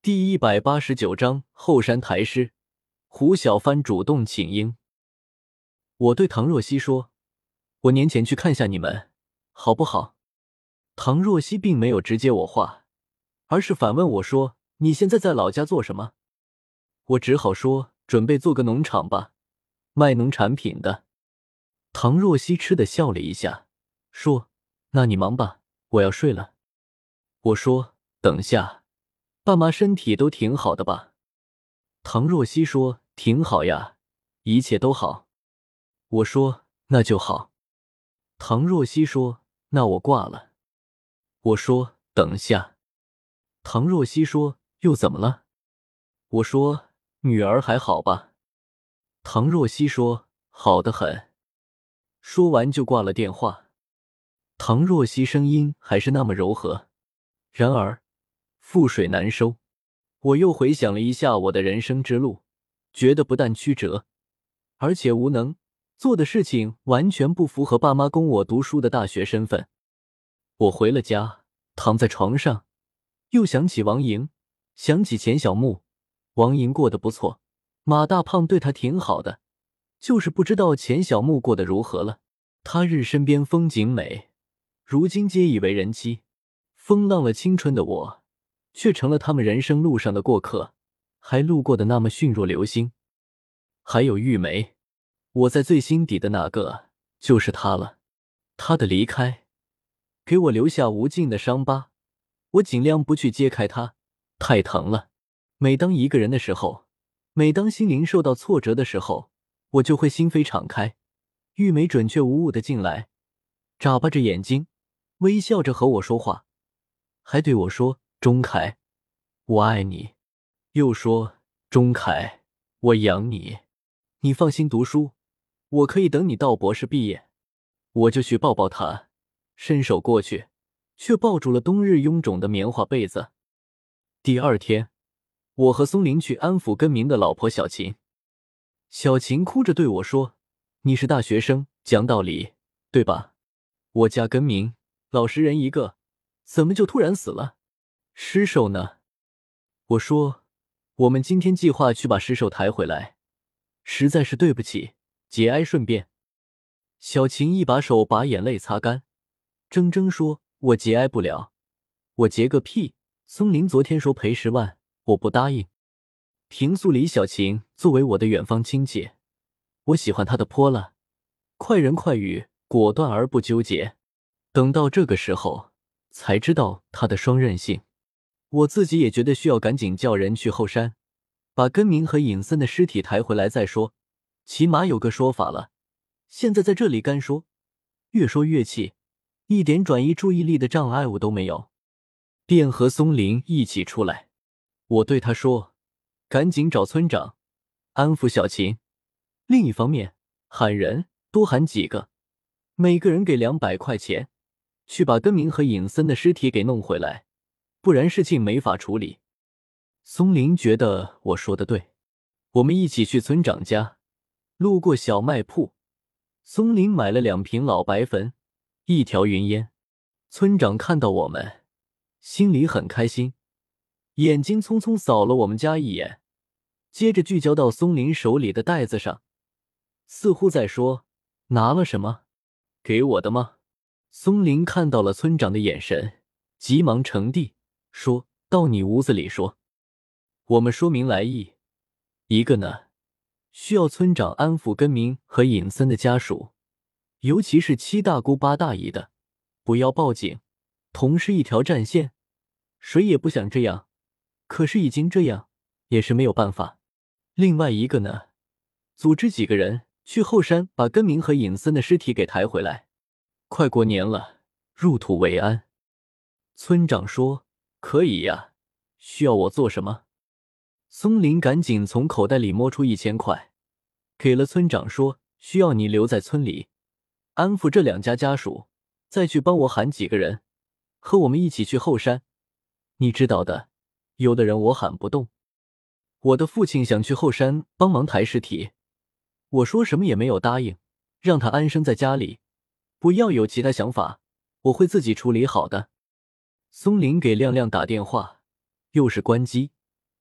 第189章后山抬尸，胡小帆主动请缨。我对唐若曦说，我年前去看下你们，好不好？唐若曦并没有直接我话，而是反问我说，你现在在老家做什么？我只好说，准备做个农场吧，卖农产品的。唐若曦嗤地笑了一下，说，那你忙吧，我要睡了。我说，等下，爸妈身体都挺好的吧？唐若曦说，挺好呀，一切都好。我说，那就好。唐若曦说，那我挂了。我说，等下。唐若曦说，又怎么了？我说，女儿还好吧？唐若曦说，好得很。说完就挂了电话。唐若曦声音还是那么柔和，然而覆水难收。我又回想了一下我的人生之路，觉得不但曲折，而且无能，做的事情完全不符合爸妈供我读书的大学身份。我回了家，躺在床上，又想起王莹，想起钱小木。王莹过得不错，马大胖对她挺好的，就是不知道钱小木过得如何了。他日身边风景美，如今皆已为人妻。风浪了青春的我，却成了他们人生路上的过客，还路过的那么迅若流星。还有玉梅，我在最心底的那个就是她了。她的离开给我留下无尽的伤疤，我尽量不去揭开它，太疼了。每当一个人的时候，每当心灵受到挫折的时候，我就会心扉敞开。玉梅准确无误地进来，眨巴着眼睛，微笑着和我说话，还对我说，钟凯，我爱你。又说，钟凯，我养你，你放心读书，我可以等你到博士毕业。我就去抱抱他，伸手过去，却抱住了冬日臃肿的棉花被子。第二天，我和松林去安抚根明的老婆小琴。小琴哭着对我说，你是大学生，讲道理，对吧？我家根明，老实人一个，怎么就突然死了？尸首呢？我说，我们今天计划去把尸首抬回来，实在是对不起，节哀顺变。小琴一把手把眼泪擦干，铮铮说，我节哀不了。我节个屁，松林昨天说赔10万，我不答应。平素里小琴作为我的远方亲戚，我喜欢她的泼辣，快人快语，果断而不纠结。等到这个时候，才知道她的双刃性。我自己也觉得需要赶紧叫人去后山，把根明和尹森的尸体抬回来再说，起码有个说法了。现在在这里干说，越说越气，一点转移注意力的障碍物都没有。便和松林一起出来，我对他说，赶紧找村长安抚小琴，另一方面喊人多喊几个，每个人给200块钱，去把根明和尹森的尸体给弄回来，不然事情没法处理。松林觉得我说的对，我们一起去村长家，路过小卖铺，松林买了2瓶老白粉，1条云烟。村长看到我们，心里很开心，眼睛匆匆扫了我们家一眼，接着聚焦到松林手里的袋子上，似乎在说，拿了什么？给我的吗？松林看到了村长的眼神，急忙承递，说，到你屋子里说。我们说明来意，一个呢，需要村长安抚根明和尹森的家属，尤其是7大姑8大姨的，不要报警，同是一条战线，谁也不想这样，可是已经这样，也是没有办法。另外一个呢，组织几个人去后山把根明和尹森的尸体给抬回来，快过年了，入土为安。村长说，可以呀，需要我做什么？松林赶紧从口袋里摸出1000块，给了村长说，需要你留在村里，安抚这2家家属，再去帮我喊几个人，和我们一起去后山。你知道的，有的人我喊不动。我的父亲想去后山帮忙抬尸体，我说什么也没有答应，让他安生在家里，不要有其他想法，我会自己处理好的。松林给亮亮打电话，又是关机，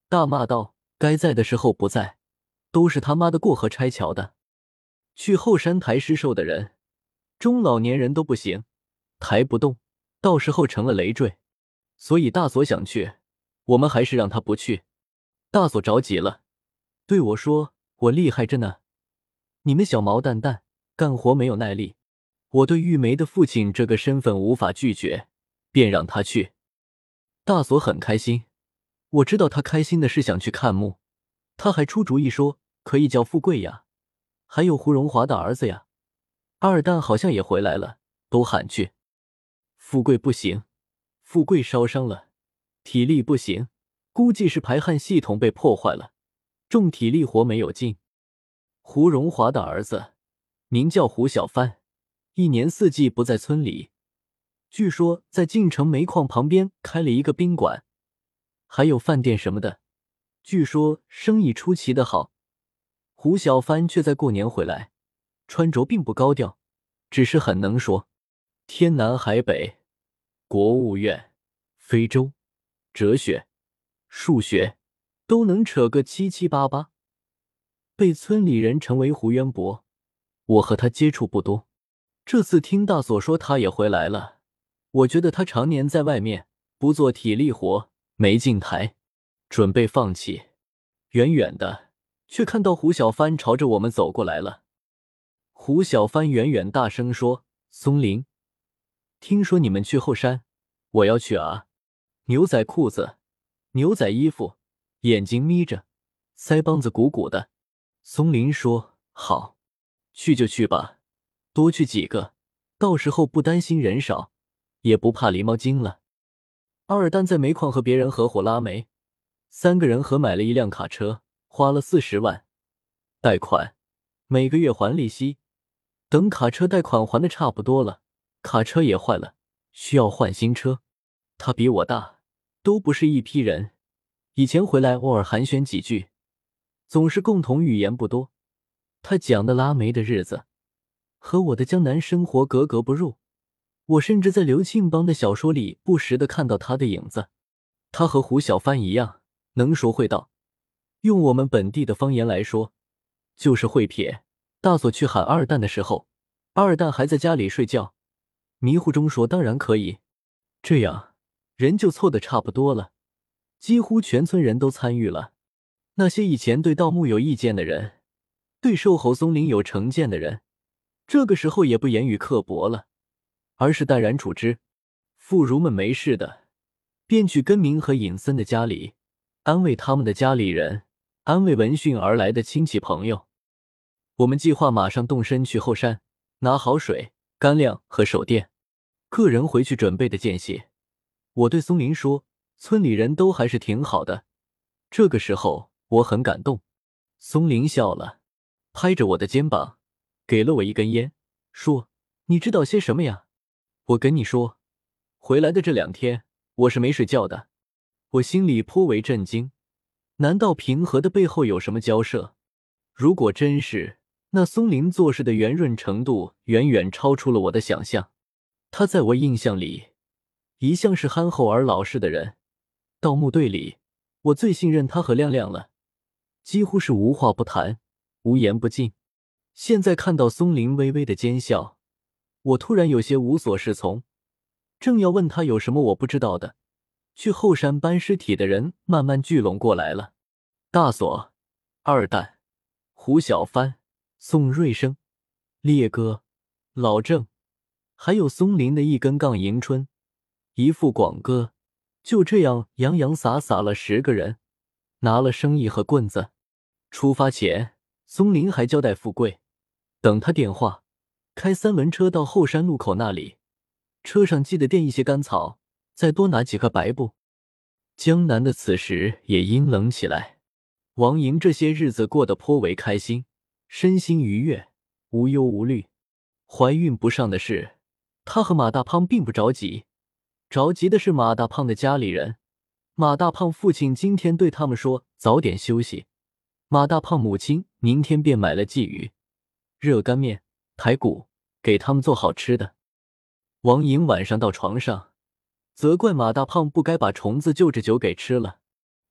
大骂道：“该在的时候不在，都是他妈的过河拆桥的。去后山抬尸首的人，中老年人都不行，抬不动，到时候成了累赘。所以大佐想去，我们还是让他不去。”大佐着急了，对我说：“我厉害着呢，你们小毛蛋蛋，干活没有耐力。”我对玉梅的父亲这个身份无法拒绝，便让他去。大佐很开心，我知道他开心的是想去看墓，他还出主意说可以叫富贵呀，还有胡荣华的儿子呀，二蛋好像也回来了，都喊去。富贵不行，富贵烧伤了，体力不行，估计是排汗系统被破坏了，重体力活没有劲。胡荣华的儿子名叫胡小帆，一年四季不在村里，据说在晋城煤矿旁边开了一个宾馆，还有饭店什么的，据说生意出奇的好。胡小帆却在过年回来，穿着并不高调，只是很能说，天南海北，国务院、非洲、哲学、数学都能扯个七七八八，被村里人称为胡渊博。我和他接触不多，这次听大佐说他也回来了，我觉得他常年在外面不做体力活，没劲抬，准备放弃。远远的却看到胡小帆朝着我们走过来了。胡小帆远远大声说：“松林，听说你们去后山，我要去啊。牛仔裤子，牛仔衣服，眼睛眯着，腮帮子鼓鼓的。”松林说：“好，去就去吧，多去几个，到时候不担心人少，也不怕狸猫精了。”二蛋在煤矿和别人合伙拉煤，3个人合买了一辆卡车，花了40万，贷款，每个月还利息。等卡车贷款还的差不多了，卡车也坏了，需要换新车。他比我大，都不是一批人，以前回来偶尔寒暄几句，总是共同语言不多。他讲的拉煤的日子和我的江南生活格格不入，我甚至在刘庆邦的小说里不时地看到他的影子。他和胡小帆一样，能说会道，用我们本地的方言来说，就是会撇。大佐去喊二蛋的时候，二蛋还在家里睡觉，迷糊中说当然可以。这样人就凑得差不多了，几乎全村人都参与了。那些以前对盗墓有意见的人，对瘦猴松林有成见的人，这个时候也不言语刻薄了，而是淡然处之。妇孺们没事的，便去根明和尹森的家里，安慰他们的家里人，安慰闻讯而来的亲戚朋友。我们计划马上动身去后山，拿好水、干粮和手电，个人回去准备的间隙，我对松林说，村里人都还是挺好的。这个时候我很感动。松林笑了，拍着我的肩膀，给了我一根烟，说：“你知道些什么呀？我跟你说，回来的这2天，我是没睡觉的。我心里颇为震惊，难道平和的背后有什么交涉？如果真是，那松林做事的圆润程度远远超出了我的想象。他在我印象里，一向是憨厚而老实的人。盗墓队里，我最信任他和亮亮了，几乎是无话不谈，无言不尽。现在看到松林微微的奸笑，我突然有些无所适从，正要问他有什么我不知道的，去后山搬尸体的人慢慢聚拢过来了。大佐、二蛋、胡小帆、宋瑞生、烈哥、老郑，还有松林的一根杠迎春，一副广歌，就这样洋洋洒洒了10个人，拿了生意和棍子。出发前，松林还交代富贵，等他电话，开3轮车到后山路口那里，车上记得垫一些干草，再多拿几块白布。江南的此时也阴冷起来，王莹这些日子过得颇为开心，身心愉悦，无忧无虑。怀孕不上的事，她和马大胖并不着急，着急的是马大胖的家里人。马大胖父亲今天对他们说早点休息，马大胖母亲明天便买了鲫鱼、热干面、排骨，给他们做好吃的。王莹晚上到床上，责怪马大胖不该把虫子就着酒给吃了。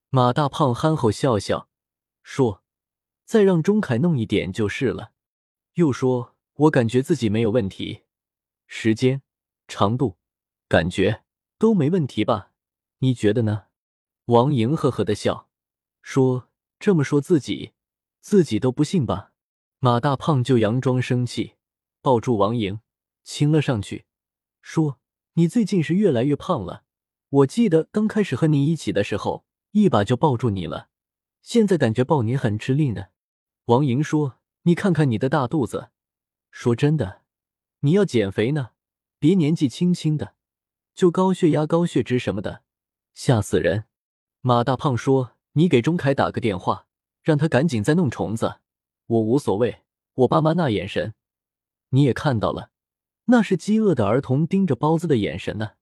马大胖憨厚笑笑说，再让钟凯弄一点就是了。又说，我感觉自己没有问题，时间、长度、感觉都没问题吧？你觉得呢？王莹呵呵的笑说，这么说自己都不信吧？马大胖就佯装生气，抱住王莹亲了上去，说，你最近是越来越胖了，我记得刚开始和你一起的时候一把就抱住你了，现在感觉抱你很吃力呢。王莹说，你看看你的大肚子，说真的，你要减肥呢，别年纪轻轻的就高血压高血脂什么的，吓死人。马大胖说，你给钟凯打个电话，让他赶紧再弄虫子，我无所谓，我爸妈那眼神你也看到了，那是饥饿的儿童盯着包子的眼神呢。